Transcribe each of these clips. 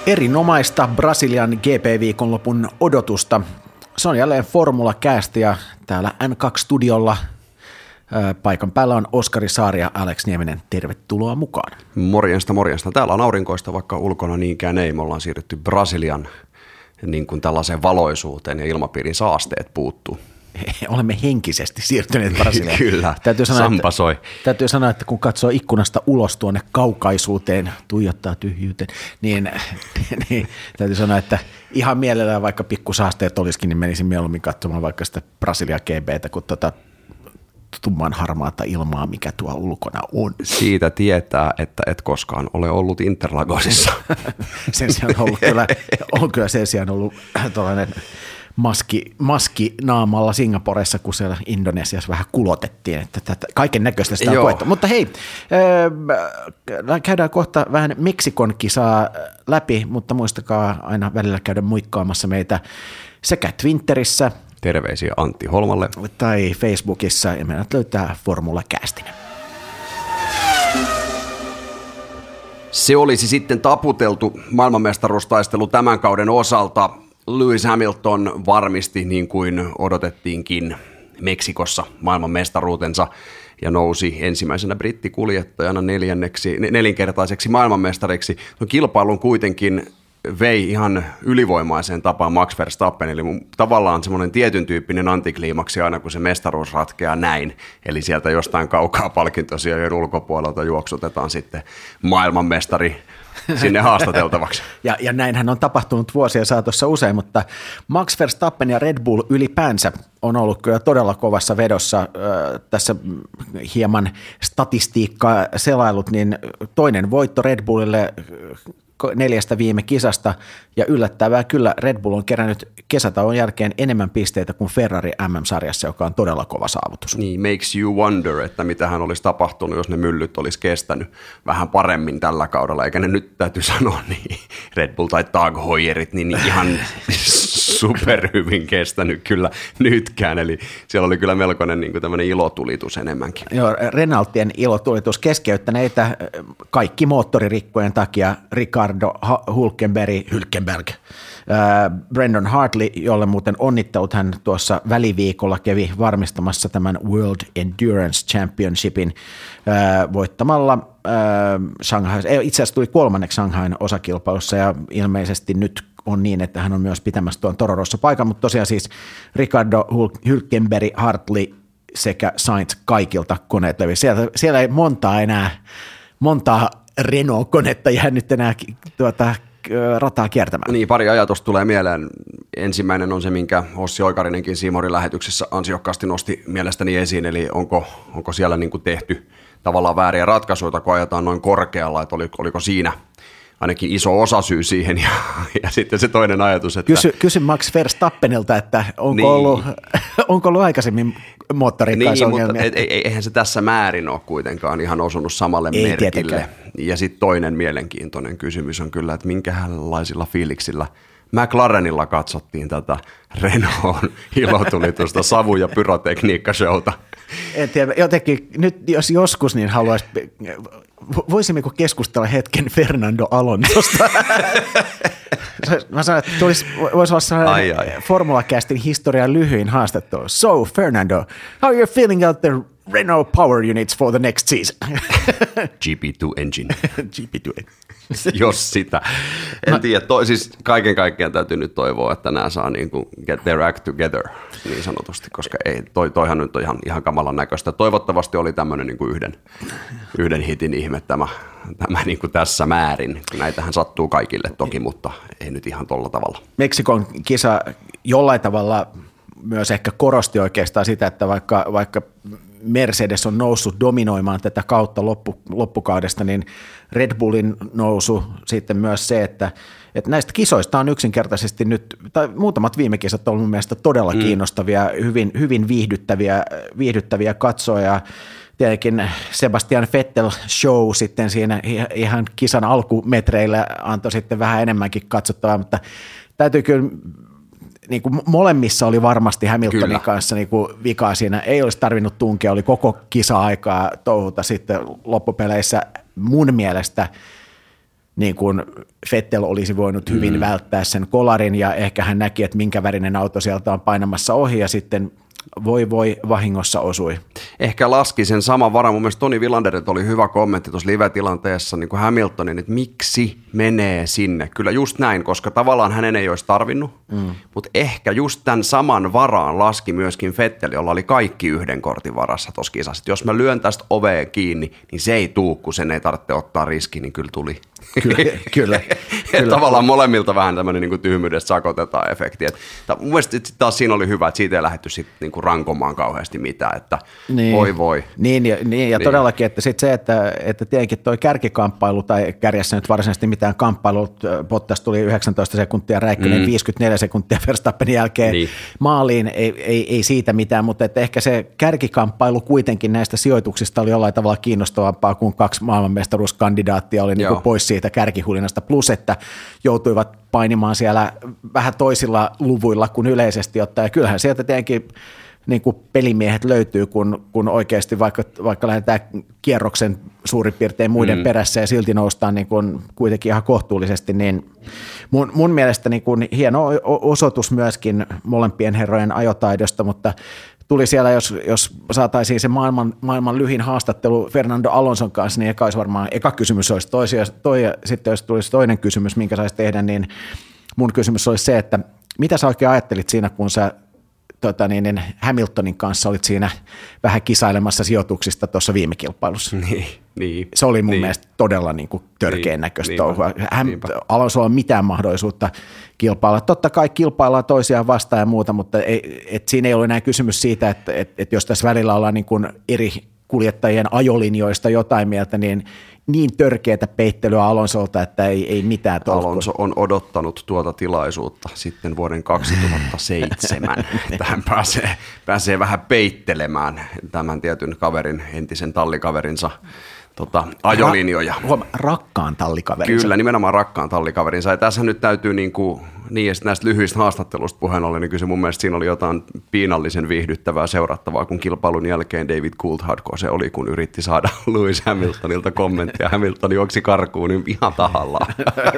Erinomaista Brasilian GP-viikonlopun odotusta. Se on jälleen Formula Cast ja täällä N2-studiolla paikan päällä on Oskari Saari ja Alex Nieminen. Tervetuloa mukaan. Morjesta, morjesta. Täällä on aurinkoista, vaikka ulkona niinkään ei. Me ollaan siirrytty Brasilian niin kuin tällaiseen valoisuuteen ja ilmapiirin saasteet puuttuu. Olemme henkisesti siirtyneet Brasiliaan. Kyllä, Sampa soi. Täytyy sanoa, että kun katsoo ikkunasta ulos tuonne kaukaisuuteen, tuijottaa tyhjyyteen, niin täytyy sanoa, että ihan mielellään vaikka pikkusaasteet olisikin, niin menisin mieluummin katsomaan vaikka sitä Brasilia GB:tä kuin tumman harmaata ilmaa, mikä tuo ulkona on. Siitä tietää, että et koskaan ole ollut Interlagosissa. Sen sijaan on kyllä sen sijaan ollut tuollainen maski naamalla Singaporessa, kun siellä Indonesiassa vähän kulotettiin, että kaiken näköistä sitä on koettu. Mutta hei, käydään kohta vähän Meksikon kisaa läpi, mutta muistakaa aina välillä käydä muikkaamassa meitä sekä Twitterissä, terveisiä Antti Holmalle, tai Facebookissa, ja meidät löytää Formula Castinen. Se olisi sitten taputeltu maailmanmestaruustaistelu tämän kauden osalta. Lewis Hamilton varmisti, niin kuin odotettiinkin, Meksikossa maailmanmestaruutensa ja nousi ensimmäisenä brittikuljettajana nelinkertaiseksi maailmanmestariksi. No, kilpailun kuitenkin vei ihan ylivoimaiseen tapaan Max Verstappen, eli tavallaan semmoinen tietyn tyyppinen antikliimaksi aina, kun se mestaruus ratkeaa näin. Eli sieltä jostain kaukaa palkintosijojen ulkopuolelta juoksutetaan sitten maailmanmestari sinne haastateltavaksi. Ja näinhän on tapahtunut vuosien saatossa usein, mutta Max Verstappen ja Red Bull ylipäänsä on ollut kyllä todella kovassa vedossa. Tässä hieman statistiikkaa selailut, niin toinen voitto Red Bullille 4 viime kisasta, ja yllättävää kyllä Red Bull on kerännyt kesätauon jälkeen enemmän pisteitä kuin Ferrari MM-sarjassa, joka on todella kova saavutus. Niin, makes you wonder, että mitähän olisi tapahtunut, jos ne myllyt olisi kestänyt vähän paremmin tällä kaudella, eikä ne nyt täytyy sanoa, niin Red Bull tai Tag Heuerit, niin ihan superhyvin kestänyt kyllä nytkään, eli siellä oli kyllä melkoinen niin kuin tämmöinen ilotulitus enemmänkin. Joo, Renaultien ilotulitus keskeyttäneitä kaikki moottoririkkojen takia Ricardo Hülkenberg, Brendan Hartley, jolle muuten onnittelut, hän tuossa väliviikolla kävi varmistamassa tämän World Endurance Championshipin voittamalla Shanghai, itse asiassa tuli 3. Shanghain osakilpailussa, ja ilmeisesti nyt on niin, että hän on myös pitämässä tuon Toro Rosso paikan, mutta tosiaan siis Ricardo Hülkenberg, Hartley sekä Sainz kaikilta koneet levi. Siellä ei montaa Renault-konetta jäänyt enää rataa kiertämään. Niin, pari ajatusta tulee mieleen. Ensimmäinen on se, minkä Ossi Oikarinenkin Siimorin lähetyksessä ansiokkaasti nosti mielestäni esiin, eli onko siellä niin kuin tehty tavallaan vääriä ratkaisuja, kun ajetaan noin korkealla, että oliko siinä ainakin iso osasyy siihen, ja sitten se toinen ajatus, että Kysy Max Verstappenilta, että onko ollut aikaisemmin moottorin kanssa ongelmia? Mutta eihän se tässä määrin ole kuitenkaan ihan osunut samalle merkille. Tietenkään. Ja sitten toinen mielenkiintoinen kysymys on kyllä, että minkälaisilla fiiliksillä McLarenilla katsottiin tätä Renaultin ilotulitusta, savu- ja pyrotekniikkashowta. En tiedä, jotenkin nyt jos joskus, niin voisimmeko keskustella hetken Fernando Alonsosta? Mä sanoin, että voisi olla sellainen Formula Castin historian lyhyin haastattelu. So, Fernando, how are you feeling out the Renault power units for the next season? GP2 engine. GP2 engine. Jos sitä. En tiedä, siis kaiken kaikkiaan täytyy nyt toivoa, että nämä saa niin kuin get their act together niin sanotusti, koska toihan nyt on ihan kamalan näköistä. Toivottavasti oli tämmöinen niin kuin yhden hitin ihme tämä niin kuin tässä määrin. Näitähän sattuu kaikille toki, mutta ei nyt ihan tolla tavalla. Meksikon kisa jollain tavalla myös ehkä korosti oikeastaan sitä, että vaikka Mercedes on noussut dominoimaan tätä kautta loppukaudesta, niin Red Bullin nousu sitten myös se, että näistä kisoista on yksinkertaisesti nyt, tai muutamat viime kisat on ollut mun mielestä todella kiinnostavia, hyvin viihdyttäviä katsoja. Tietenkin Sebastian Vettel show sitten siinä ihan kisan alkumetreillä antoi sitten vähän enemmänkin katsottavaa, mutta täytyy kyllä niin kuin molemmissa oli varmasti Hamiltonin kanssa niin kuin vikaa siinä. Ei olisi tarvinnut tunkea, oli koko kisa-aikaa touhuta sitten loppupeleissä mun mielestä niin kuin Vettel olisi voinut hyvin välttää sen kolarin ja ehkä hän näki, että minkä värinen auto sieltä on painamassa ohi ja sitten voi vahingossa osui. Ehkä laski sen saman varan. Mun mielestä Toni Vilanderilta oli hyvä kommentti tuossa live-tilanteessa niin kuin Hamiltonin, että miksi menee sinne. Kyllä just näin, koska tavallaan hänen ei olisi tarvinnut, mutta ehkä just tämän saman varaan laski myöskin Vettel, jolla oli kaikki yhden kortin varassa tuossa kisassa. Jos mä lyön tästä oveen kiinni, niin se ei tuu, kun sen ei tarvitse ottaa riski, niin kyllä tuli. Kyllä. Tavallaan molemmilta vähän tämmöinen niin kuin tyhmyydestä sakotetaan efekti. Mun mielestä taas siinä oli hyvä, että siitä ei lähdetty sitten niin kuin rankomaan kauheasti mitään, että voi. Niin ja todellakin, että sitten se, että tietenkin toi kärkikamppailu tai kärjessä nyt varsinaisesti mitään kamppailut, Bottas tuli 19 sekuntia, Räikkönen 54 sekuntia Verstappenin jälkeen maaliin, ei siitä mitään, mutta että ehkä se kärkikamppailu kuitenkin näistä sijoituksista oli jollain tavalla kiinnostavampaa, kun 2 maailmanmestaruuskandidaattia oli niin kuin pois siitä kärkihulinasta, plus että joutuivat painimaan siellä vähän toisilla luvuilla kuin yleisesti ottaen. Ja kyllähän sieltä tietenkin niin kuin pelimiehet löytyy, kun oikeasti vaikka lähdetään kierroksen suurin piirtein muiden perässä ja silti noustaan niin kuin kuitenkin ihan kohtuullisesti, niin mun mielestä niin kuin hieno osoitus myöskin molempien herrojen ajotaidosta, mutta tuli siellä, jos saataisiin se maailman lyhin haastattelu Fernando Alonson kanssa, niin olisi varmaan eka kysymys olisi ja sitten jos tulisi toinen kysymys, minkä saisi tehdä, niin mun kysymys olisi se, että mitä sä oikein ajattelit siinä, kun sä Hamiltonin kanssa olit siinä vähän kisailemassa sijoituksista tuossa viime kilpailussa. Niin. Se oli mun mielestä todella niin kuin törkeän näköistä touhua. Alonso on mitään mahdollisuutta kilpailla. Totta kai kilpaillaan toisiaan vastaan ja muuta, mutta siinä ei ole enää kysymys siitä, että jos tässä välillä ollaan niin kuin eri kuljettajien ajolinjoista jotain mieltä, niin törkeätä peittelyä Alonsolta, että ei mitään tolkkua. Alonso on odottanut tuota tilaisuutta sitten vuoden 2007. Tähän pääsee vähän peittelemään tämän tietyn kaverin, entisen tallikaverinsa ajolinjoja. Rakkaan tallikaverinsa. Kyllä, nimenomaan rakkaan tallikaverinsa. Ja tässä nyt täytyy ja näistä lyhyistä haastattelusta puheen ollen, niin kyllä se mun mielestä siinä oli jotain piinallisen viihdyttävää seurattavaa, kun kilpailun jälkeen David Coulthardko se oli, kun yritti saada Lewis Hamiltonilta kommenttia. Hamilton juoksi karkuun niin ihan tahallaan.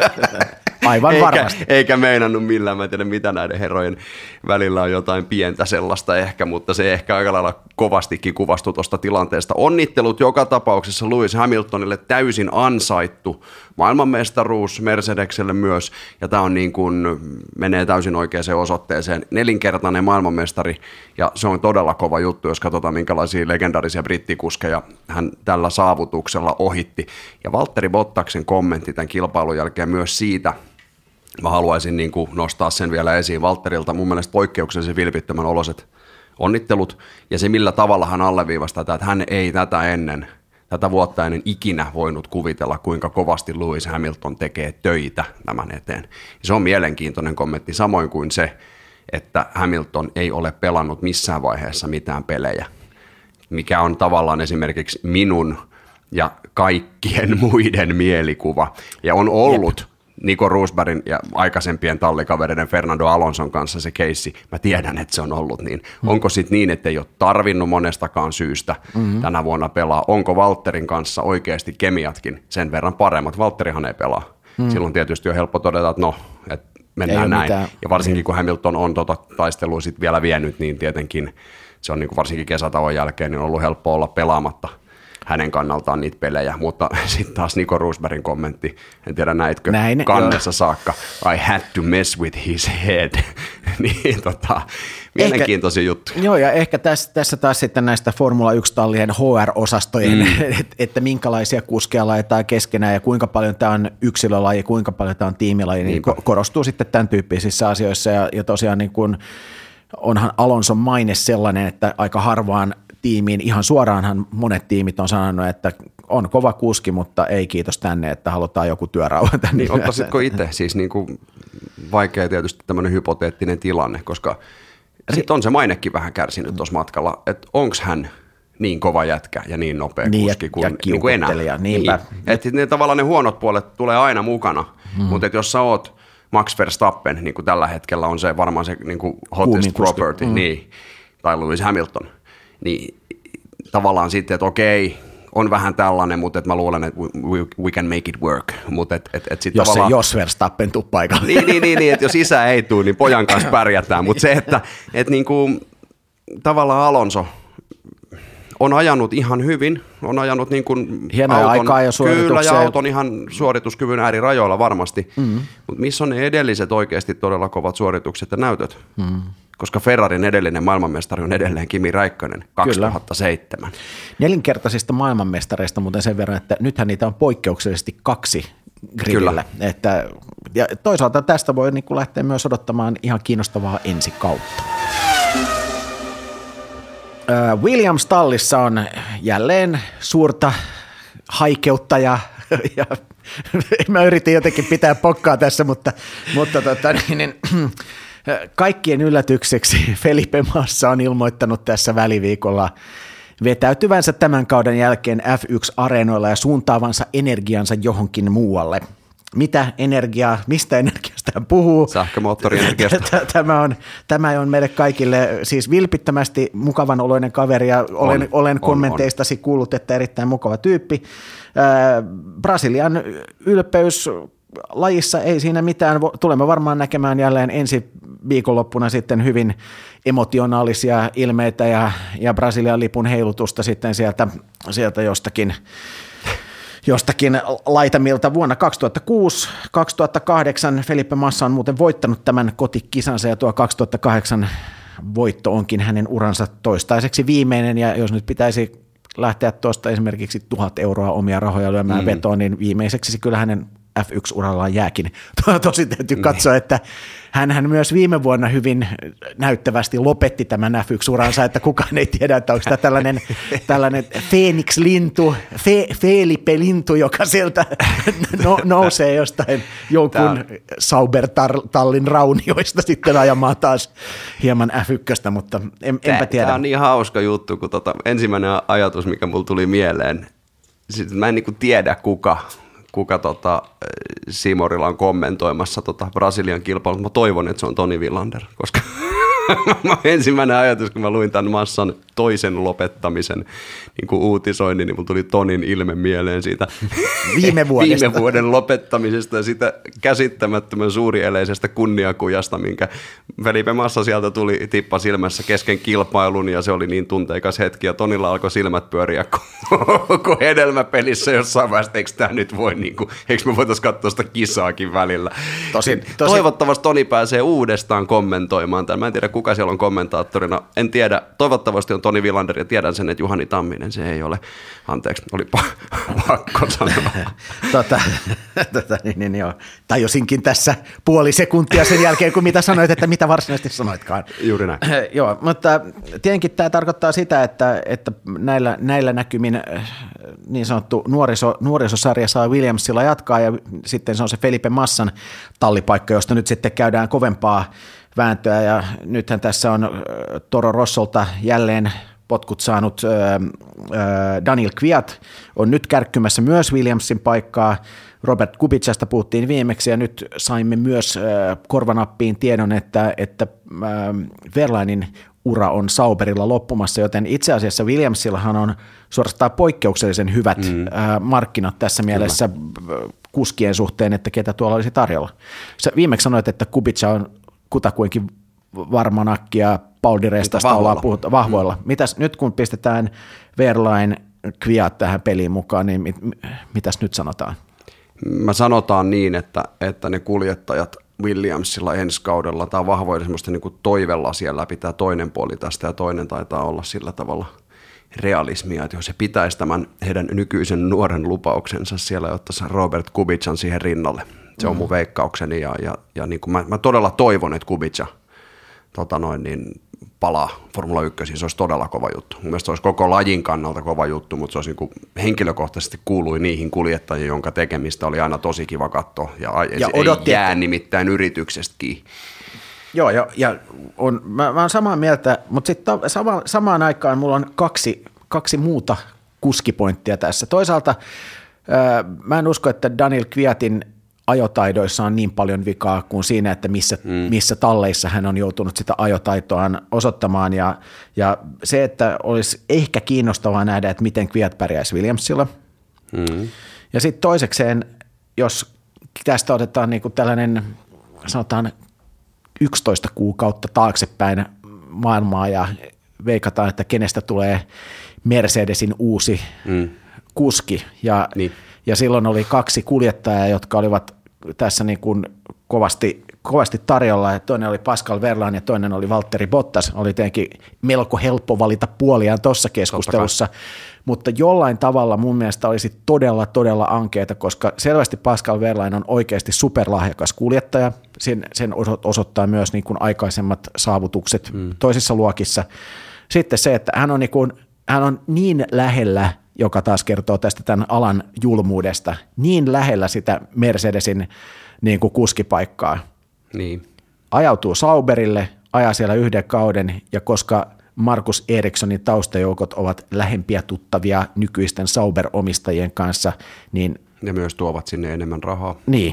Aivan varmasti. Eikä meinannut millään. Mä en tiedä, mitä näiden herrojen välillä on jotain pientä sellaista ehkä, mutta se ehkä aika lailla kovastikin kuvastui tuosta tilanteesta. Onnittelut joka tapauksessa Lewis Hamiltonille, täysin ansaittu maailmanmestaruus Mercedekselle myös, ja tämä on niin kuin, menee täysin oikeaan osoitteeseen. 4-kertainen maailmanmestari, ja se on todella kova juttu, jos katsotaan minkälaisia legendaarisia brittikuskeja hän tällä saavutuksella ohitti. Ja Valtteri Bottaksen kommentti tämän kilpailun jälkeen myös siitä, mä haluaisin niin kuin nostaa sen vielä esiin Valtterilta, mun mielestä poikkeuksellisen vilpittömän oloset onnittelut, ja se millä tavalla hän alleviivasi tätä, että hän ei tätä vuotta ennen ikinä voinut kuvitella, kuinka kovasti Lewis Hamilton tekee töitä tämän eteen. Se on mielenkiintoinen kommentti, samoin kuin se, että Hamilton ei ole pelannut missään vaiheessa mitään pelejä, mikä on tavallaan esimerkiksi minun ja kaikkien muiden mielikuva, ja on ollut Nico Rosbergin ja aikaisempien tallikavereiden Fernando Alonson kanssa se keissi, mä tiedän, että se on ollut niin. Onko sitten niin, että ei ole tarvinnut monestakaan syystä tänä vuonna pelaa? Onko Valtterin kanssa oikeasti kemiatkin sen verran paremmat? Valtterihan ei pelaa. Silloin tietysti on helppo todeta, että mennään näin. Mitään. Ja varsinkin kun Hamilton on taistelua sitten vielä vienyt, niin tietenkin se on niin kuin varsinkin kesätauon jälkeen niin on ollut helppo olla pelaamatta hänen kannaltaan niitä pelejä, mutta sitten taas Nico Rosbergin kommentti, en tiedä näitkö kannessa saakka, I had to mess with his head, niin mielenkiintoisia juttuja. Joo, ja ehkä tässä taas sitten näistä Formula 1-tallien HR-osastojen, että minkälaisia kuskeja laitetaan keskenään ja kuinka paljon tämä on yksilölaji, kuinka paljon tämä on tiimilaji, niin korostuu sitten tämän tyyppisissä asioissa, ja tosiaan niin kun onhan Alonson maine sellainen, että aika harvaan tiimiin, ihan suoraanhan monet tiimit on sanonut, että on kova kuski, mutta ei kiitos tänne, että halutaan joku työrauha tänne. Niin, ottaisitko itse, siis niin kuin vaikea tietysti tämmöinen hypoteettinen tilanne, koska sitten on se mainekin vähän kärsinyt tuossa matkalla, että onko hän niin kova jätkä ja niin nopea kuski kuin enää. Niinpä. Niin. Että tavallaan ne huonot puolet tulee aina mukana, mutta että jos sä oot Max Verstappen, niin kuin tällä hetkellä on se varmaan se niin kuin hottest property, niin, tai Lewis Hamilton, niin tavallaan sitten, että okei, on vähän tällainen, mutta et mä luulen, että we can make it work. Mut jos Verstappen tuu paikalle. Niin, että jos isä ei tule, niin pojan kanssa pärjätään. Mutta se, että niinku, tavallaan Alonso on ajanut ihan hyvin, on ajanut niin kuin hienoja aikaa ja suorituksia. Kyllä, ja auton ihan suorituskyvyn äärirajoilla varmasti. Mutta missä on ne edelliset oikeasti todella kovat suoritukset ja näytöt? Koska Ferrarin edellinen maailmanmestari on edelleen Kimi Räikkönen 2007. Nelinkertaisista maailmanmestareista muuten sen verran, että nythän niitä on poikkeuksellisesti 2 gridillä. Ja toisaalta tästä voi niin kuin lähteä myös odottamaan ihan kiinnostavaa ensikautta. Williams-tallissa on jälleen suurta haikeutta ja mä yritin jotenkin pitää pokkaa tässä, mutta kaikkien yllätykseksi Felipe Massa on ilmoittanut tässä väliviikolla vetäytyvänsä tämän kauden jälkeen F1-areenoilla ja suuntaavansa energiansa johonkin muualle. Mistä energiasta hän puhuu? Sähkömoottorienergiasta. Tämä on meille kaikille siis vilpittömästi mukavan oloinen kaveri ja olen kommenteistasi kuullut, että erittäin mukava tyyppi. Brasilian ylpeys lajissa ei siinä mitään. Tulemme varmaan näkemään jälleen ensi viikonloppuna sitten hyvin emotionaalisia ilmeitä ja Brasilian lipun heilutusta sitten sieltä jostakin laitamilta. Vuonna 2006-2008 Felipe Massa on muuten voittanut tämän kotikisansa ja tuo 2008 voitto onkin hänen uransa toistaiseksi viimeinen ja jos nyt pitäisi lähteä tuosta esimerkiksi 1 000 euroa omia rahoja lyömään vetoon, niin viimeiseksi kyllä hänen F1-urallaan jääkin. Tosi täytyy katsoa, että hänhän myös viime vuonna hyvin näyttävästi lopetti tämän F1-uransa, että kukaan ei tiedä, että onko tämä tällainen Phoenix-lintu, Felipe-lintu, joka sieltä nousee jostain jonkun Sauber-tallin raunioista sitten ajamaan taas hieman F1, mutta enpä tiedä. Tämä on niin hauska juttu, kun ensimmäinen ajatus, mikä mulla tuli mieleen, mä en niin tiedä kuka Simorilla on kommentoimassa Brasilian kilpailua. Mä toivon, että se on Toni Villander, koska ensimmäinen ajatus, kun mä luin tämän Massan toisen lopettamisen niin kuin uutisoinnin, niin mulla tuli Tonin ilme mieleen siitä viime vuoden lopettamisesta ja siitä käsittämättömän suurieleisestä kunniakujasta, minkä Felipe Massa sieltä tuli tippa silmässä kesken kilpailun ja se oli niin tunteikas hetki ja Tonilla alkoi silmät pyöriä koko hedelmäpelissä jossain vaiheessa, eikö tämä nyt voi, niin kuin, eikö me voitaisiin katsoa sitä kisaakin välillä. Toivottavasti Toni pääsee uudestaan kommentoimaan tämän. Mä en tiedä, kuka siellä on kommentaattorina. En tiedä. Toivottavasti on Toni Villander ja tiedän sen, että Juhani Tamminen se ei ole. Anteeksi, oli pakko sanoa. Joo. Tajusinkin tässä puoli sekuntia sen jälkeen, kun mitä sanoit, että mitä varsinaisesti sanoitkaan. Juuri näin. Joo, mutta tietenkin tämä tarkoittaa sitä, että näillä näkymin niin sanottu nuorisosarja saa Williamsilla jatkaa ja sitten se on se Felipe Massan tallipaikka, josta nyt sitten käydään kovempaa vääntöä ja nythän tässä on Toro Rossolta jälleen potkut saanut Daniel Kvyat on nyt kärkkymässä myös Williamsin paikkaa. Robert Kubicasta puhuttiin viimeksi ja nyt saimme myös korvanappiin tiedon, että Verlainen ura on Sauberilla loppumassa, joten itse asiassa Williamsillahan on suorastaan poikkeuksellisen hyvät markkinat tässä mielessä kuskien suhteen, että ketä tuolla olisi tarjolla. Sä viimeksi sanoit, että Kubica on kutakuinkin varmanakki ja Paul di Restasta ollaan puhuttu vahvoilla. Mitäs nyt kun pistetään Verlaine Kvyat tähän peliin mukaan, niin mitäs nyt sanotaan? Mä sanotaan niin, että ne kuljettajat Williamsilla ensi kaudella, tämä on vahvoinen semmoista niin kuin toivelasia läpi tämä toinen puoli tästä ja toinen taitaa olla sillä tavalla realismia, että jos se pitäisi tämän heidän nykyisen nuoren lupauksensa siellä ja ottaisi Robert Kubican siihen rinnalle. Se on mun veikkaukseni ja niin kuin mä todella toivon, että Kubica niin palaa Formula 1, se olisi todella kova juttu. Mun mielestä se olisi koko lajin kannalta kova juttu, mutta se olisi niin kuin henkilökohtaisesti kuului niihin kuljettajiin, jonka tekemistä oli aina tosi kiva katsoa ja ei jää nimittäin yrityksestäkin. Joo, ja mä oon samaa mieltä, mutta sitten samaan aikaan mulla on kaksi muuta kuskipointtia tässä. Toisaalta mä en usko, että Daniel Kvyatin ajotaidoissa on niin paljon vikaa kuin siinä, että missä talleissa hän on joutunut sitä ajotaitoaan osoittamaan. Ja se, että olisi ehkä kiinnostavaa nähdä, että miten Kvyat pärjäisi Williamsilla. Ja sitten toisekseen, jos tästä otetaan niin kuin tällainen, sanotaan 11 kuukautta taaksepäin maailmaa ja veikataan, että kenestä tulee Mercedesin uusi kuski. Ja silloin oli 2 kuljettajaa, jotka olivat tässä niin kuin kovasti tarjolla. Ja toinen oli Pascal Wehrlein ja toinen oli Valtteri Bottas. Oli tietenkin melko helppo valita puoliaan tuossa keskustelussa. Mutta jollain tavalla mun mielestä olisi todella ankeeta, koska selvästi Pascal Wehrlein on oikeasti superlahjakas kuljettaja. Sen osoittaa myös niin kuin aikaisemmat saavutukset toisissa luokissa. Sitten se, että hän on niin lähellä, joka taas kertoo tästä tämän alan julmuudesta, niin lähellä sitä Mercedesin niin kuin kuskipaikkaa. Niin. Ajautuu Sauberille, ajaa siellä 1 kauden, ja koska Markus Erikssonin taustajoukot ovat lähempiä tuttavia nykyisten Sauber-omistajien kanssa, niin... Ja myös tuovat sinne enemmän rahaa. Niin.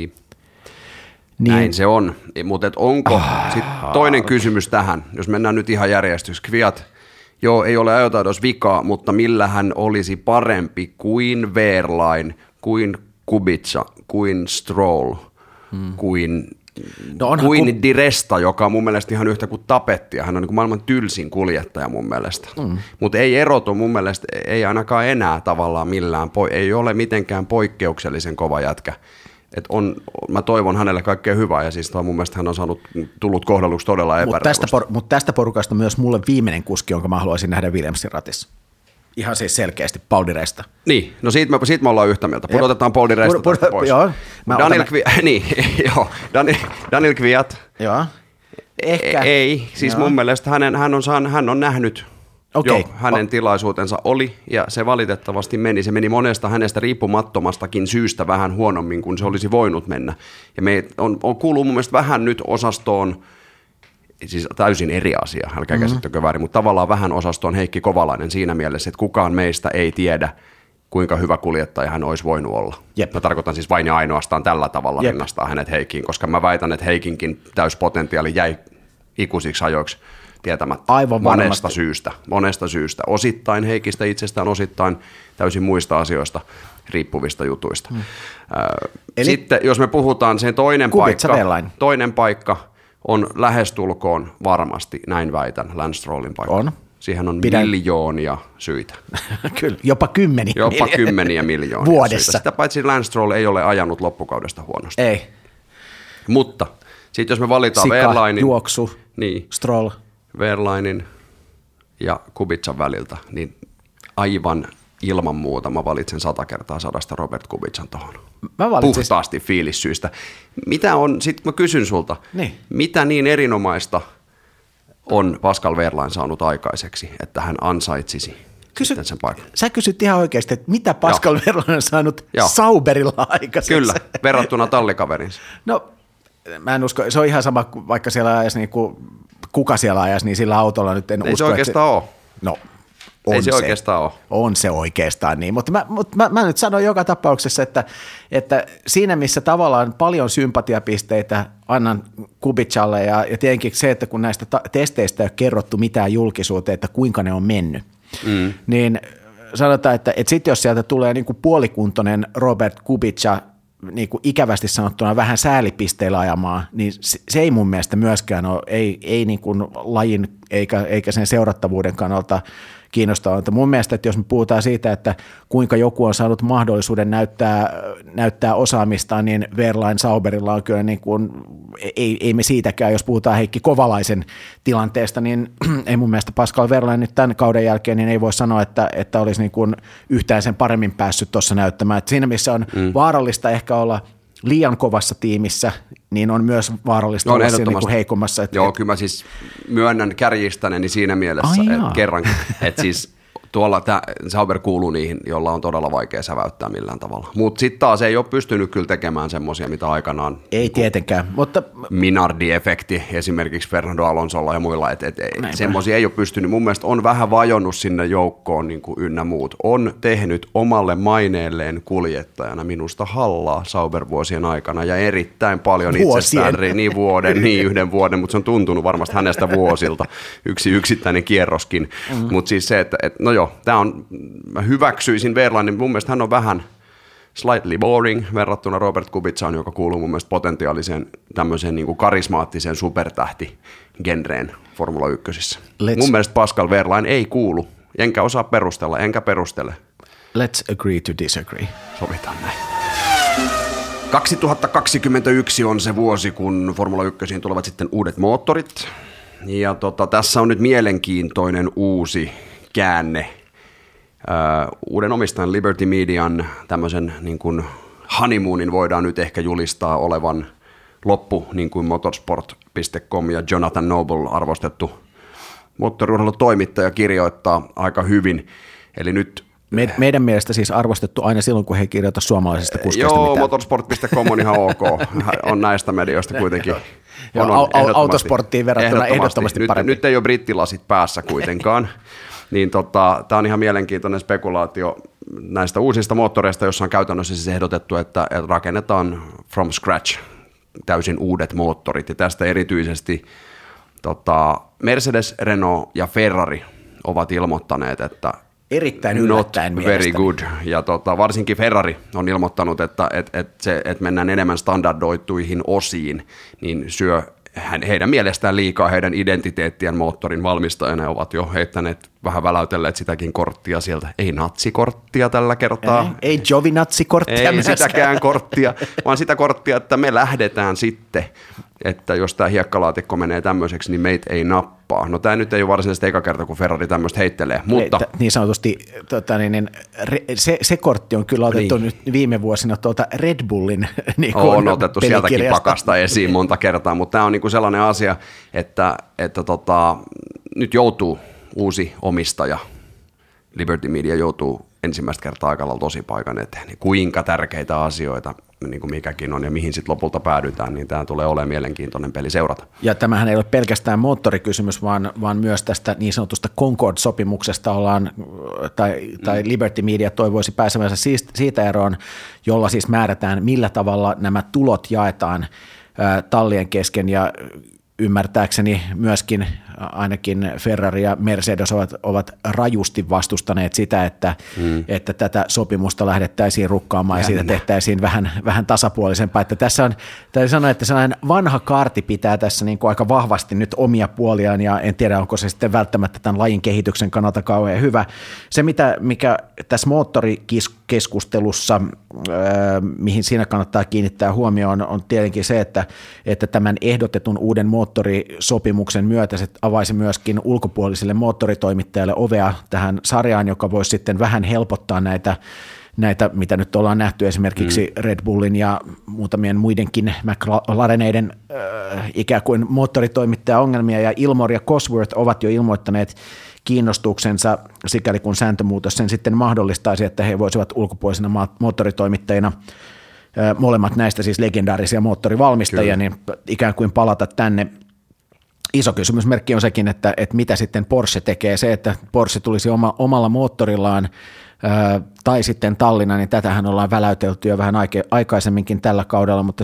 Näin se on, mutta onko sitten toinen kysymys tähän, jos mennään nyt ihan järjestyksessä. Kvyat, ei ole ajotaidossa vikaa, mutta millä hän olisi parempi kuin Wehrlein, kuin Kubica, kuin Stroll, kuin Di Resta, joka on mun mielestä ihan yhtä kuin Tapetti, hän on niin kuin maailman tylsin kuljettaja mun mielestä. Mutta ei erotu mun mielestä, ei ainakaan enää tavallaan millään, ei ole mitenkään poikkeuksellisen kova jätkä. Mä toivon hänelle kaikkea hyvää, ja siis mun mielestä hän on tullut kohdelluksi todella epäreilusti. Mutta tästä porukasta myös mulle viimeinen kuski, jonka mä haluaisin nähdä Williamsin ratissa. Ihan siis selkeästi, Paul di Resta. Niin, no siitä me ollaan yhtä mieltä. Pudotetaan Paul di Resta pois. Joo. Daniel Kvyat. Joo. Ehkä. Ei, siis mun mielestä hän on nähnyt hänen tilaisuutensa oli, ja se valitettavasti meni. Se meni monesta hänestä riippumattomastakin syystä vähän huonommin kuin se olisi voinut mennä. Ja me on kuuluu mun mielestä vähän nyt osastoon, siis täysin eri asia, älkää käsittäkö väärin, mutta tavallaan vähän osastoon Heikki Kovalainen siinä mielessä, että kukaan meistä ei tiedä, kuinka hyvä kuljettaja hän olisi voinut olla. Jep. Mä tarkoitan siis vain ja ainoastaan tällä tavalla rinnastaa hänet Heikkiin, koska mä väitän, että Heikinkin täyspotentiaali jäi ikuisiksi ajoiksi tietämättä. Aivan monesta syystä. Osittain Heikistä itsestään, osittain täysin muista asioista riippuvista jutuista. Sitten jos me puhutaan sen toinen paikka on lähestulkoon varmasti, näin väitän, Lance Strollin paikka. On. Siihen on miljoonia syitä. Kyllä, jopa kymmeniä miljoonia vuodessa. Syitä. Sitä paitsi Lance Stroll ei ole ajanut loppukaudesta huonosti. Ei. Mutta sitten jos me valitaan Wehrleinin, juoksu, Stroll. Wehrleinin ja Kubican väliltä, niin aivan ilman muuta mä valitsen 100 kertaa 100 Robert Kubican tuohon. Puhtaasti fiilissyistä. Mitä on, sitten mä kysyn sulta, mitä niin erinomaista on Pascal Wehrlein saanut aikaiseksi, että hän ansaitsisi sen paikan? Sä kysyt ihan oikeasti, että mitä Pascal Wehrlein on saanut Sauberilla aikaiseksi? Kyllä, verrattuna tallikaverinsa. No, mä en usko, se on ihan sama, vaikka siellä ajaisi kuka siellä ajaisi, niin sillä autolla nyt en usko. Ei se oikeastaan ole. No, ei se oikeastaan ole. On se oikeastaan niin, mutta mä nyt sanon joka tapauksessa, että siinä missä tavallaan paljon sympatiapisteitä annan Kubicalle ja tietenkin se, että kun näistä testeistä ei ole kerrottu mitään julkisuuteen, että kuinka ne on mennyt, niin sanotaan, että sitten jos sieltä tulee niin kuin puolikuntoinen Robert Kubica niin kuin ikävästi sanottuna vähän säälipisteillä ajamaan, niin se ei mun mielestä myöskään ole, ei niin kuin lajin eikä sen seurattavuuden kannalta kiinnostavaa. Mun mielestä, että jos me puhutaan siitä, että kuinka joku on saanut mahdollisuuden näyttää osaamistaan, niin Wehrlein Sauberilla on kyllä niin kuin, ei me siitäkään, jos puhutaan Heikki Kovalaisen tilanteesta, niin ei mun mielestä Pascal Wehrlein nyt tämän kauden jälkeen, niin ei voi sanoa, että olisi niin kuin yhtään sen paremmin päässyt tuossa näyttämään. Että siinä missä on vaarallista ehkä olla liian kovassa tiimissä, niin on myös vaarallista olla siinä niin kuin heikommassa. Joo, kyllä mä siis myönnän kärjistäneeni siinä mielessä, että kerrankin, että siis Tuolla Sauber kuuluu niihin, jolla on todella vaikea säväyttää millään tavalla. Mutta sitten taas ei ole pystynyt kyllä tekemään semmoisia, mitä aikanaan... Ei tietenkään, mutta... Minardi-efekti esimerkiksi Fernando Alonsolla ja muilla, että semmoisia ei ole pystynyt. Mun mielestä on vähän vajonnut sinne joukkoon niin kuin ynnä muut. On tehnyt omalle maineelleen kuljettajana minusta hallaa Sauber-vuosien aikana ja erittäin paljon itsestään, niin yhden vuoden, mutta se on tuntunut varmasti hänestä vuosilta, yksittäinen kierroskin. Mutta siis se, että no joo, mä hyväksyisin Wehrleinin, mun mielestä hän on vähän slightly boring verrattuna Robert Kubicaan, joka kuuluu mun mielestä potentiaaliseen tämmöiseen niin kuin karismaattiseen supertähti-genreen Formula 1. Mun mielestä Pascal Wehrlein ei kuulu, enkä osaa perustella, enkä perustele. Let's agree to disagree. Sovitaan näin. 2021 on se vuosi, kun Formula 1 tulevat sitten uudet moottorit. Ja tässä on nyt mielenkiintoinen uusi käänne. Uuden omistajan Liberty Median tämmöisen niin kuin honeymoonin voidaan nyt ehkä julistaa olevan loppu, niin kuin motorsport.com ja Jonathan Noble, arvostettu moottoriurheilutoimittaja, kirjoittaa aika hyvin. Eli nyt meidän mielestä siis arvostettu aina silloin, kun he kirjoittavat suomalaisista kuskeista mitään. Joo, motorsport.com on ihan ok. On näistä medioista kuitenkin. Autosporttiin verrattuna ehdottomasti parempi. Nyt ei ole brittilasit päässä kuitenkaan. Niin tämä on ihan mielenkiintoinen spekulaatio näistä uusista moottoreista, jossa on käytännössä siis ehdotettu, että rakennetaan from scratch täysin uudet moottorit. Ja tästä erityisesti Mercedes, Renault ja Ferrari ovat ilmoittaneet, että erittäin yllättäen not very good. Ja varsinkin Ferrari on ilmoittanut, että mennään enemmän standardoituihin osiin, niin syö heidän mielestään liikaa heidän identiteettien moottorin valmistajana, ovat jo heittäneet vähän väläytelleet sitäkin korttia sieltä. Ei natsikorttia tällä kertaa. Ei Giovinazzi-korttia. Ei sitäkään korttia, vaan sitä korttia, että me lähdetään sitten, että jos tämä hiekkalaatikko menee tämmöiseksi, niin meitä ei nappaa. No tämä nyt ei ole varsinaisesti eka kerta, kun Ferrari tämmöistä heittelee, mutta... Niin sanotusti se kortti on kyllä otettu nyt viime vuosina Red Bullin niin on otettu sieltäkin pakasta esiin monta kertaa, mutta tämä on niin kuin sellainen asia, että nyt joutuu uusi omistaja, Liberty Media joutuu ensimmäistä kertaa aika lailla tosi paikan eteen, niin kuinka tärkeitä asioita niin kuin mikäkin on ja mihin sitten lopulta päädytään, niin tämä tulee olemaan mielenkiintoinen peli seurata. Ja tämähän ei ole pelkästään moottorikysymys, vaan myös tästä niin sanotusta Concord-sopimuksesta tai Liberty Media toivoisi pääsemänsä siitä eroon, jolla siis määrätään, millä tavalla nämä tulot jaetaan tallien kesken, ja ymmärtääkseni myöskin ainakin Ferrari ja Mercedes ovat rajusti vastustaneet sitä, että tätä sopimusta lähdettäisiin rukkaamaan ja siitä tehtäisiin vähän tasapuolisempaa. Että tässä on, täytyy sanoa, että sellainen vanha kaarti pitää tässä niin kuin aika vahvasti nyt omia puoliaan, ja en tiedä, onko se sitten välttämättä tämän lajin kehityksen kannalta kauhean hyvä. Se, mikä tässä moottorikeskustelussa, mihin siinä kannattaa kiinnittää huomioon, on tietenkin se, että tämän ehdotetun uuden moottorisopimuksen myötä se avaisi myöskin ulkopuolisille moottoritoimittajille ovea tähän sarjaan, joka voisi sitten vähän helpottaa näitä, mitä nyt ollaan nähty esimerkiksi Red Bullin ja muutamien muidenkin McLareneiden ikään kuin moottoritoimittajaongelmia, ja Ilmor ja Cosworth ovat jo ilmoittaneet kiinnostuksensa, sikäli kun sääntömuutos sen sitten mahdollistaisi, että he voisivat ulkopuolisina moottoritoimittajina, molemmat näistä siis legendaarisia moottorivalmistajia, niin ikään kuin palata tänne. Iso kysymysmerkki on sekin, että mitä sitten Porsche tekee. Se, että Porsche tulisi omalla moottorillaan tai sitten Tallinna, niin tätähän ollaan väläytelty jo vähän aikaisemminkin tällä kaudella, mutta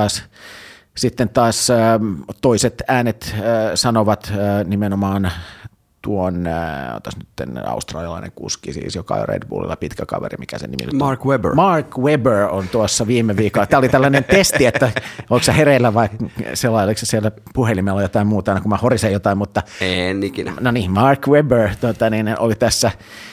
sitten taas toiset äänet sanovat nimenomaan tuon, otas nyt australialainen kuski siis, joka on Red Bullilla pitkä kaveri, mikä se nimi Mark Webber. Mark Webber on tuossa viime viikolla. Tämä oli tällainen testi, että onko sä hereillä vai selaileeko siellä puhelimella jotain muuta, aina kun mä horisen jotain, mutta... En ikinä. No niin, Mark Webber oli tässä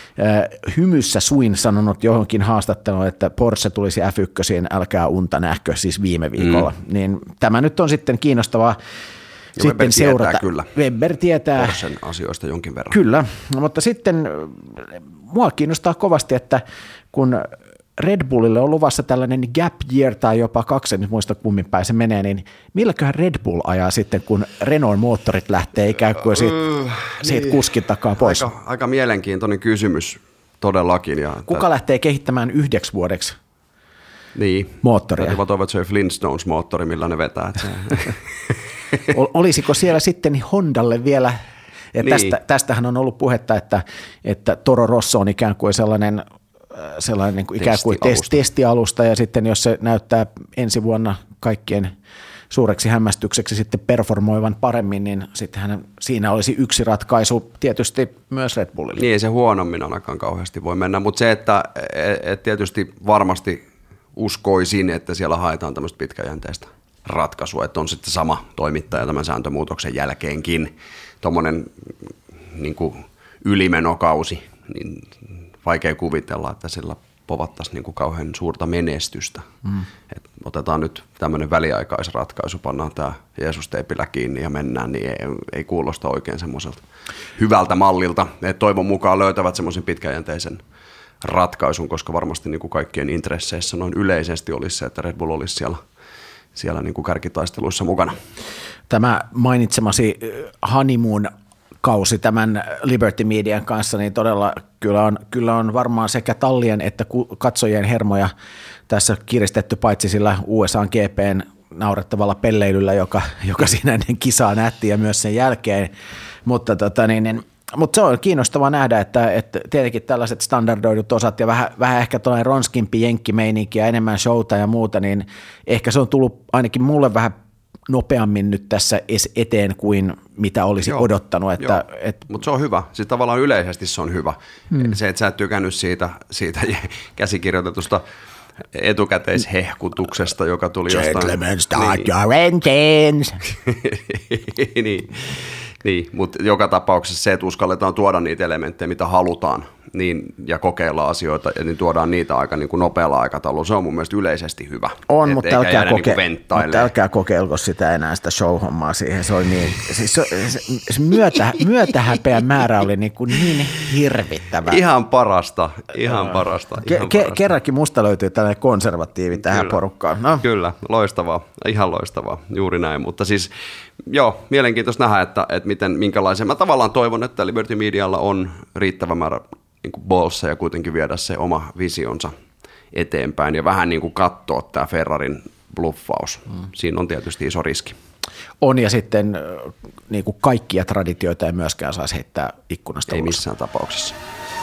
hymyssä suin sanonut johonkin haastatteluun, että Porsche tulisi F1:iin, älkää unta nähkö, siis viime viikolla. Niin tämä nyt on sitten kiinnostavaa. Ja sitten seurata. Kyllä. Webber tietää Porschen asioista jonkin verran. Kyllä, mutta sitten mua kiinnostaa kovasti, että kun Red Bullille on luvassa tällainen gap year tai jopa 2, en muista kummin päin se menee, niin milläköhän Red Bull ajaa sitten, kun Renault moottorit lähtee ikään kuin siitä kuskin takaa pois? Aika mielenkiintoinen kysymys todellakin. Kuka lähtee kehittämään 9 vuodeksi moottoria? Täytyy toivon, että se on Flintstones-moottori, millä ne vetää. Olisiko siellä sitten Hondalle vielä, ja tästähän on ollut puhetta, että Toro Rosso on ikään kuin sellainen niin kuin ikään kuin testialusta, ja sitten jos se näyttää ensi vuonna kaikkien suureksi hämmästykseksi sitten performoivan paremmin, niin sittenhän siinä olisi yksi ratkaisu tietysti myös Red Bullille. Niin, ei se huonommin ainakaan kauheasti voi mennä, mutta se, että tietysti varmasti uskoisin, että siellä haetaan tämmöistä pitkäjänteistä ratkaisua, että on sitten sama toimittaja tämän sääntömuutoksen jälkeenkin, tuommoinen niin kuin ylimenokausi, niin vaikea kuvitella, että sillä povattaisiin niin kuin kauhean suurta menestystä. Et otetaan nyt tämmöinen väliaikaisratkaisu, pannaan tämä Jeesus-teipillä kiinni ja mennään, niin ei kuulosta oikein semmoiselta hyvältä mallilta. Et toivon mukaan löytävät semmoisen pitkäjänteisen ratkaisun, koska varmasti niin kuin kaikkien intresseissä noin yleisesti olisi se, että Red Bull olisi siellä niin kuin kärkitaisteluissa mukana. Tämä mainitsemasi honeymoon kausi tämän Liberty Median kanssa, niin todella kyllä on varmaan sekä tallien että katsojien hermoja tässä kiristetty, paitsi sillä USA:n GP:n naurettavalla pelleilyllä, joka siinä ennen kisaa nähtiin ja myös sen jälkeen, mutta se on kiinnostavaa nähdä, että tietenkin tällaiset standardoidut osat ja vähän ehkä tuollainen ronskimpi jenkkimeininki ja enemmän showta ja muuta, niin ehkä se on tullut ainakin mulle vähän nopeammin nyt tässä eteen kuin mitä olisi odottanut. Mutta se on hyvä. Siis tavallaan yleisesti se on hyvä. Se, että sä et tykännyt siitä käsikirjoitetusta etukäteishehkutuksesta, joka tuli jostain. Gentlemen, start your engines. Niin, mutta joka tapauksessa se, että uskalletaan tuoda niitä elementtejä, mitä halutaan, niin, ja asioita, ja niin tuodaan niitä aika niin kuin nopealla aikataululla. Se on mun mielestä yleisesti hyvä. On, mutta älkää kokeilko sitä enää sitä show-hommaa siihen. Se oli niin, siis myötähäpeän määrä oli niin hirvittävä. Ihan parasta. Kerrankin musta löytyy tällainen konservatiivi tähän porukkaan. No. Kyllä, loistavaa, ihan loistavaa, juuri näin, mutta siis joo, mielenkiintoista nähdä, että minkälaisen. Mä tavallaan toivon, että Liberty Medialla on riittävä määrä niin kuin ballsia ja kuitenkin viedä se oma visionsa eteenpäin ja vähän niin kuin katsoa tämä Ferrarin bluffaus. Siinä on tietysti iso riski. On, ja sitten niin kuin kaikkia traditioita ei myöskään saisi heittää ikkunasta ulos. Ei missään tapauksessa.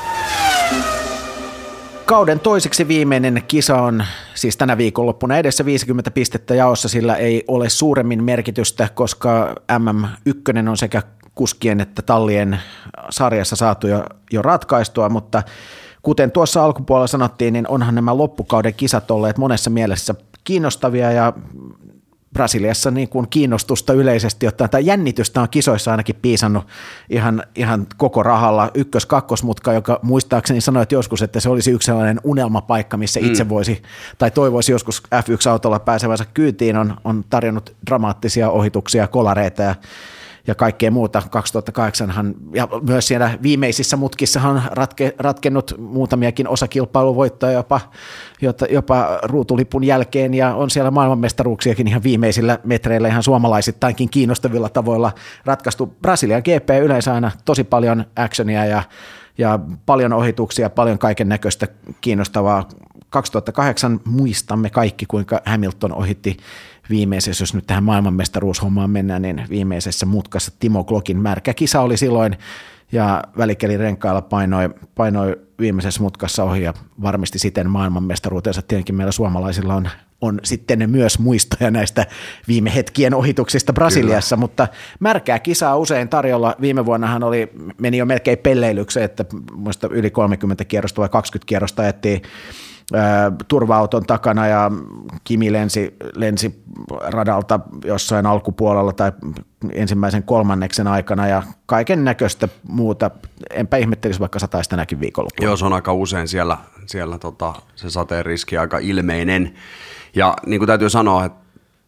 Kauden toiseksi viimeinen kisa on siis tänä viikonloppuna edessä 50 pistettä jaossa, sillä ei ole suuremmin merkitystä, koska MM1 on sekä kuskien että tallien sarjassa saatu jo ratkaistua, mutta kuten tuossa alkupuolella sanottiin, niin onhan nämä loppukauden kisat olleet monessa mielessä kiinnostavia ja Brasiliassa niin kuin kiinnostusta yleisesti ottaen, tai jännitystä on kisoissa ainakin piisannut ihan koko rahalla. Ykkös-kakkosmutka, joka muistaakseni sanoi, että joskus, että se olisi yksi sellainen unelmapaikka, missä itse voisi tai toivoisi joskus F1-autolla pääsevänsä kyytiin, on tarjonnut dramaattisia ohituksia, kolareita ja kaikkea muuta. 2008han, ja myös siellä viimeisissä mutkissahan on ratkennut muutamiakin osakilpailuvoittoja jopa ruutulipun jälkeen, ja on siellä maailmanmestaruuksiakin ihan viimeisillä metreillä ihan suomalaisittainkin kiinnostavilla tavoilla ratkaistu. Brasilian GP yleensä aina tosi paljon actionia ja paljon ohituksia, paljon kaiken näköistä kiinnostavaa. 2008 muistamme kaikki, kuinka Hamilton ohitti viimeisessä, jos nyt tähän maailmanmestaruushommaan mennään, niin viimeisessä mutkassa Timo Glockin märkä kisa oli silloin, ja välikelirenkailla painoi viimeisessä mutkassa ohi ja varmisti siten maailmanmestaruutensa. Tietenkin meillä suomalaisilla on sitten myös muistoja näistä viime hetkien ohituksista Brasiliassa, Kyllä. Mutta märkää kisaa usein tarjolla. Viime vuonnahan meni jo melkein pelleilykseen, että muista yli 30 kierrosta vai 20 kierrosta ajettiin turva-auton takana ja Kimi lensi radalta jossain alkupuolella tai ensimmäisen kolmanneksen aikana ja kaiken näköistä muuta. Enpä ihmettelisi, vaikka sataisi tänäkin viikonloppuna. Joo, se on aika usein siellä se sateen riski aika ilmeinen. Ja niin kuin täytyy sanoa, että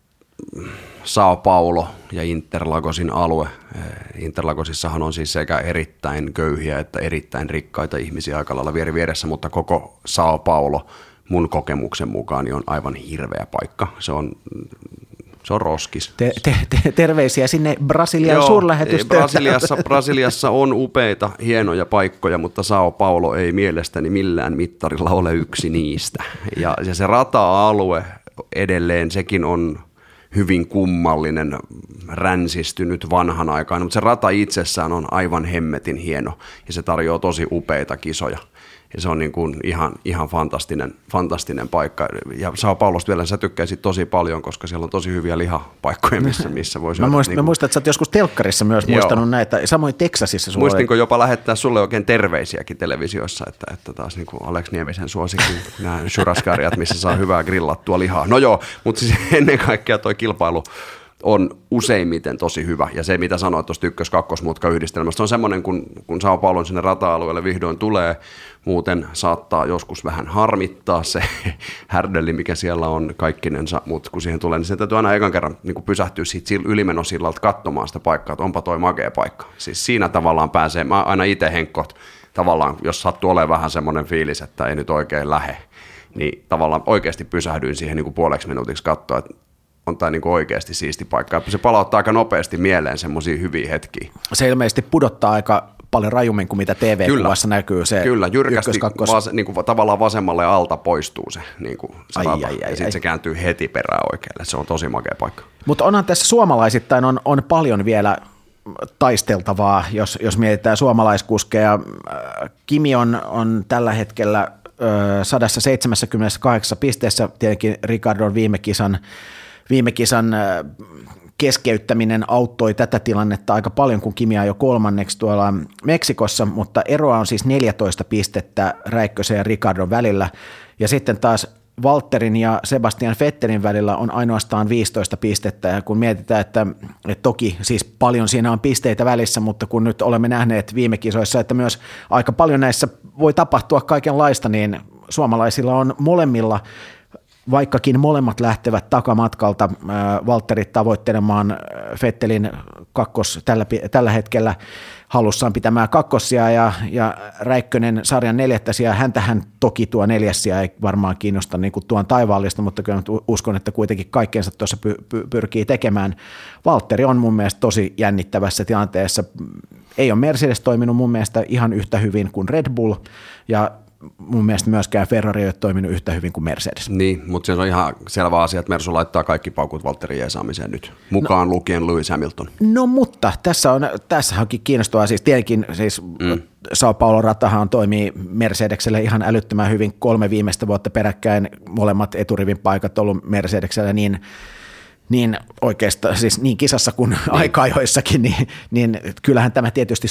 Sao Paulo ja Interlagosin alue. Interlagosissahan on siis sekä erittäin köyhiä että erittäin rikkaita ihmisiä aika lailla vieressä, mutta koko Sao Paulo mun kokemuksen mukaan niin on aivan hirveä paikka. Se on roskis. Terveisiä sinne Brasilian suurlähetystöön. Brasiliassa on upeita, hienoja paikkoja, mutta Sao Paulo ei mielestäni millään mittarilla ole yksi niistä. Ja se rata-alue edelleen, sekin on hyvin kummallinen, ränsistynyt vanhanaikainen, mutta se rata itsessään on aivan hemmetin hieno ja se tarjoaa tosi upeita kisoja. Ja se on niin kuin ihan fantastinen paikka. Ja Sao Paulosta vielä sä tykkäisit tosi paljon, koska siellä on tosi hyviä lihapaikkoja, missä voi syödä. Mä muistan, että sä oot joskus telkkarissa myös muistanut näitä, samoin Teksasissa. Muistinko jopa lähettää sulle oikein terveisiäkin televisiossa, että taas niin kuin Alex Niemisen suosikin nämä churrascariat, missä saa hyvää grillattua lihaa. No joo, mutta siis ennen kaikkea toi kilpailu on useimmiten tosi hyvä. Ja se, mitä sanoit tuosta ykkös-kakkosmutka-yhdistelmästä, on semmoinen, kun Sao Paulon sinne rata-alueelle vihdoin tulee, muuten saattaa joskus vähän harmittaa se härdelli, mikä siellä on kaikkinensa, mutta kun siihen tulee, niin se täytyy aina ekan kerran niin pysähtyä siitä ylimenosillalta katsomaan sitä paikkaa, että onpa toi makea paikka. Siis siinä tavallaan pääsee, mä aina itse Henkko, tavallaan, jos sattuu olemaan vähän semmoinen fiilis, että ei nyt oikein lähe, niin tavallaan oikeasti pysähdyin siihen niin kuin puoleksi minuutiksi katsoa, että on tämä niin oikeasti siisti paikka. Se palauttaa aika nopeasti mieleen semmoisia hyviä hetkiä. Se ilmeisesti pudottaa aika paljon rajummin kuin mitä TV-kuvassa näkyy. Se kyllä, jyrkästi niin kuin tavallaan vasemmalle alta poistuu se, niin kuin se rata, ja sitten se kääntyy heti perään oikealle. Se on tosi makea paikka. Mutta onhan tässä suomalaisittain on paljon vielä taisteltavaa, jos mietitään suomalaiskuskeja. Kimi on tällä hetkellä 178 pisteessä, tietenkin Ricardon viime kisan keskeyttäminen auttoi tätä tilannetta aika paljon, kun Kimi ajoi kolmanneksi tuolla Meksikossa, mutta eroa on siis 14 pistettä Räikkösen ja Ricardon välillä, ja sitten taas Valtterin ja Sebastian Vettelin välillä on ainoastaan 15 pistettä, ja kun mietitään, että toki siis paljon siinä on pisteitä välissä, mutta kun nyt olemme nähneet viime kisoissa, että myös aika paljon näissä voi tapahtua kaikenlaista, niin suomalaisilla on molemmilla, vaikkakin molemmat lähtevät takamatkalta, Valtterit tavoittelemaan Vettelin tällä hetkellä halussaan pitämään kakkosia ja Räikkönen sarjan 4. sijaa. Häntähän toki tuo 4. sija ei varmaan kiinnosta niin kuin tuon taivaallista, mutta kyllä uskon, että kuitenkin kaikkeensa tuossa pyrkii tekemään. Valtteri on mun mielestä tosi jännittävässä tilanteessa. Ei ole Mercedes toiminut mun mielestä ihan yhtä hyvin kuin Red Bull, ja mun mielestä myöskään Ferrari ei ole toiminut yhtä hyvin kuin Mercedes. Niin, mutta se on ihan selvä asia, että Mersu laittaa kaikki paukut Valtterin jeesaamiseen nyt, mukaan lukien Lewis Hamilton. No mutta tässä onkin kiinnostavaa, siis tietenkin siis Sao Paulo ratahan toimii Mercedekselle ihan älyttömän hyvin 3 viimeistä vuotta peräkkäin, molemmat eturivin paikat ollut Mercedeksellä niin oikeastaan, siis niin kisassa kuin aika-ajoissakin, niin kyllähän tämä tietysti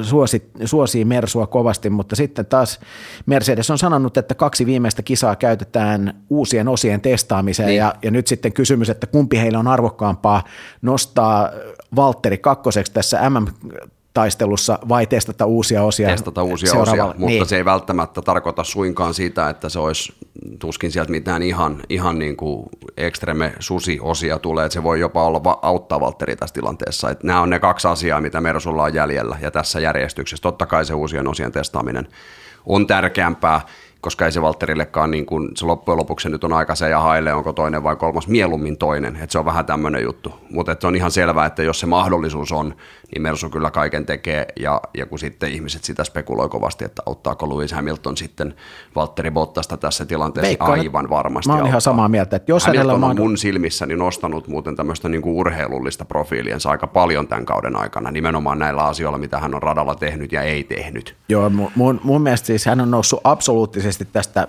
suosii Mersua kovasti, mutta sitten taas Mercedes on sanonut, että 2 viimeistä kisaa käytetään uusien osien testaamiseen, niin. ja nyt sitten kysymys, että kumpi heillä on arvokkaampaa nostaa Valtteri kakkoseksi tässä taistelussa vai testata uusia osia? Testata uusia osia, mutta niin. Se ei välttämättä tarkoita suinkaan sitä, että se olisi tuskin sieltä mitään ihan niin kuin ekstreme susi-osia tulee, että se voi jopa auttaa Valtteri tässä tilanteessa. Että nämä on ne 2 asiaa, mitä Mersulla on jäljellä ja tässä järjestyksessä. Totta kai se uusien osien testaaminen on tärkeämpää, koska ei se Valtterillekaan, niin kuin se loppujen lopuksi nyt on aika se ja haile, onko toinen vai kolmas, mieluummin toinen, että se on vähän tämmöinen juttu, mutta on ihan selvää, että jos se mahdollisuus on, niin Mersu kyllä kaiken tekee, ja kun sitten ihmiset sitä spekuloi kovasti, että auttaako Lewis Hamilton sitten Valtteri Bottasta tässä tilanteessa, aivan varmasti mä oon ihan samaa mieltä, että jos Hamilton on mun silmissäni nostanut muuten tämmöistä niin kuin urheilullista profiiliensa aika paljon tämän kauden aikana, nimenomaan näillä asioilla, mitä hän on radalla tehnyt ja ei tehnyt. Joo, mun mielestä siis hän on noussut absoluuttisesti tästä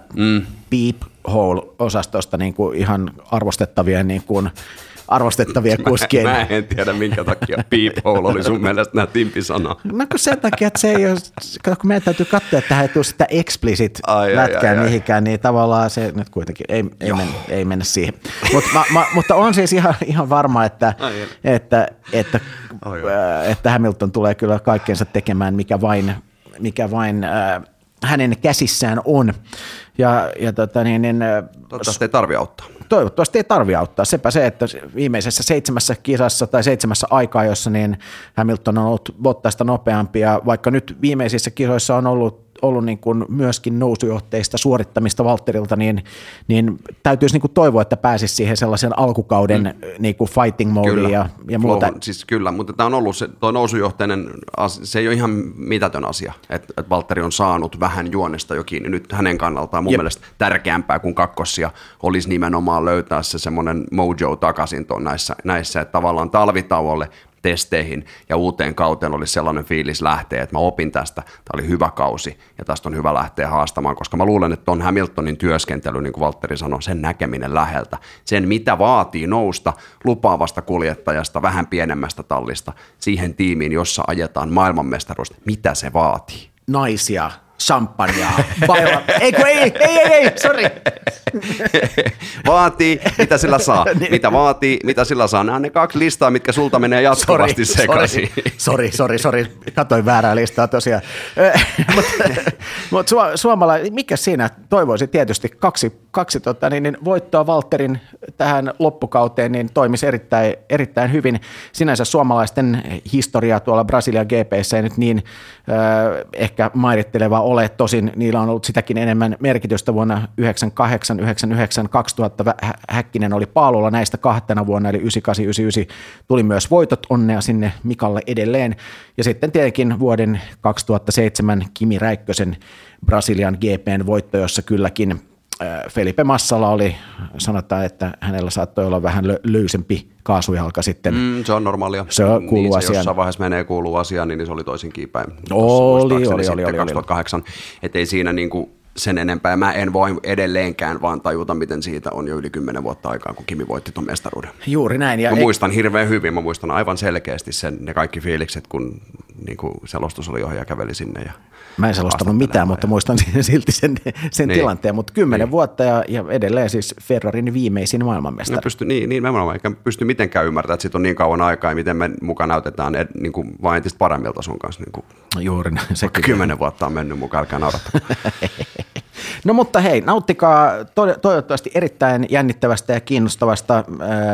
peep-hole-osastosta niin kuin ihan arvostettavia kuskien. Mä en tiedä, minkä takia peep-hole oli sun mielestä nätimpi sana. No kun sen takia, että se ei ole, kun meidän täytyy katsoa, että hän ei tule sitä explicit-lätkää mihinkään, niin tavallaan se nyt kuitenkin ei mennä siihen. Mutta on siis ihan varma, että Hamilton tulee kyllä kaikkeensa tekemään, mikä vain hänen käsissään on. Toivottavasti ei tarvitse auttaa. Toivottavasti ei tarvitse auttaa. Sepä se, että viimeisessä 7 kisassa tai 7 aika-ajossa niin Hamilton on ollut Bottasta nopeampi, ja vaikka nyt viimeisissä kisoissa on ollut niin kuin myöskin nousujohteista suorittamista Valtterilta, niin täytyisi niin kuin toivoa, että pääsisi siihen sellaisen alkukauden niin kuin fighting modeen ja muuta. Siis kyllä, mutta tämä on ollut se, tuo nousujohteinen, se ei ole ihan mitätön asia, että Valtteri on saanut vähän juonesta jo kiinni. Nyt hänen kannaltaan mun mielestä tärkeämpää kuin kakkossia olisi nimenomaan löytää se semmoinen mojo takaisin näissä, että tavallaan talvitauolle testeihin ja uuteen kauteen olisi sellainen fiilis lähteä, että mä opin tästä, tämä oli hyvä kausi ja tästä on hyvä lähteä haastamaan, koska mä luulen, että on Hamiltonin työskentely, niin kuin Valtteri sanoi, sen näkeminen läheltä, sen mitä vaatii nousta lupaavasta kuljettajasta, vähän pienemmästä tallista, siihen tiimiin, jossa ajetaan maailmanmestaruudesta, mitä se vaatii? Naisia, champagnea, ei, sori. Vaatii, mitä sillä saa. Mitä vaatii, mitä sillä saa. Nämä on ne 2 listaa, mitkä sulta menee jatkuvasti sekaisin. Sori. Katoin väärää listaa tosiaan. Mutta mikä siinä toivoisi tietysti kaksi voittoa Valtterin tähän loppukauteen, niin toimisi erittäin hyvin. Sinänsä suomalaisten historiaa tuolla Brasilian GP:ssä ei nyt niin ehkä mairitteleva ole. Tosin niillä on ollut sitäkin enemmän merkitystä vuonna 98, 99, 2000. Häkkinen oli paalulla näistä 2 vuonna, eli 98, 99 tuli myös voitot, onnea sinne Mikalle edelleen. Ja sitten tietenkin vuoden 2007 Kimi Räikkösen Brasilian GP:n voitto, jossa kylläkin Felipe Massalla oli, sanotaan, että hänellä saattoi olla vähän löysempi kaasujalka sitten. Se on normaalia. Se kuuluu niin, asiaan. Jossain vaiheessa menee kuuluu asiaan, niin se oli toisinkin päin. Oli. 2008. Että ei siinä niinku sen enempää. Mä en voi edelleenkään vaan tajuta, miten siitä on jo yli 10 vuotta aikaa, kun Kimi voitti tuon mestaruuden. Juuri näin. Ja muistan hirveän hyvin, mä muistan aivan selkeästi ne kaikki fiilikset, kun niinku selostusoliohjaaja käveli sinne. Ja mä en selostanut mitään, mutta muistan silti sen niin tilanteen. Mutta 10 vuotta ja edelleen siis Ferrarin viimeisin maailmanmestari. Eikä pysty mitenkään ymmärtämään, että siitä on niin kauan aikaa ja miten me mukaan näytetään niinku vain entistä paremmilta sun kanssa. Niinku, juuri näin. 10 vuotta on mennyt mukaan, älkää naurattaa. No mutta hei, nauttikaa toivottavasti erittäin jännittävästä ja kiinnostavasta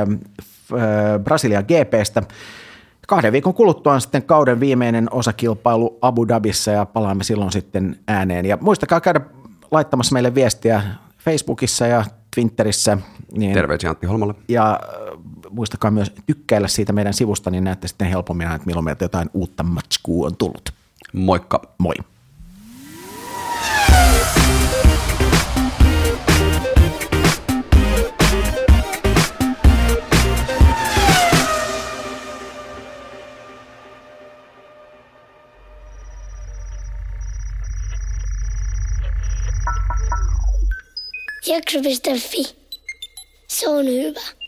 Brasilian GP:stä. 2 viikon kuluttua on sitten kauden viimeinen osakilpailu Abu Dhabissa ja palaamme silloin sitten ääneen. Ja muistakaa käydä laittamassa meille viestiä Facebookissa ja Twitterissä. Niin, terveisiä Antti Holmalle. Ja muistakaa myös tykkäillä siitä meidän sivusta, niin näette sitten helpommin, että milloin meiltä jotain uutta matskua on tullut. Moikka. Moi. Jakso.fi. Se on hyvä.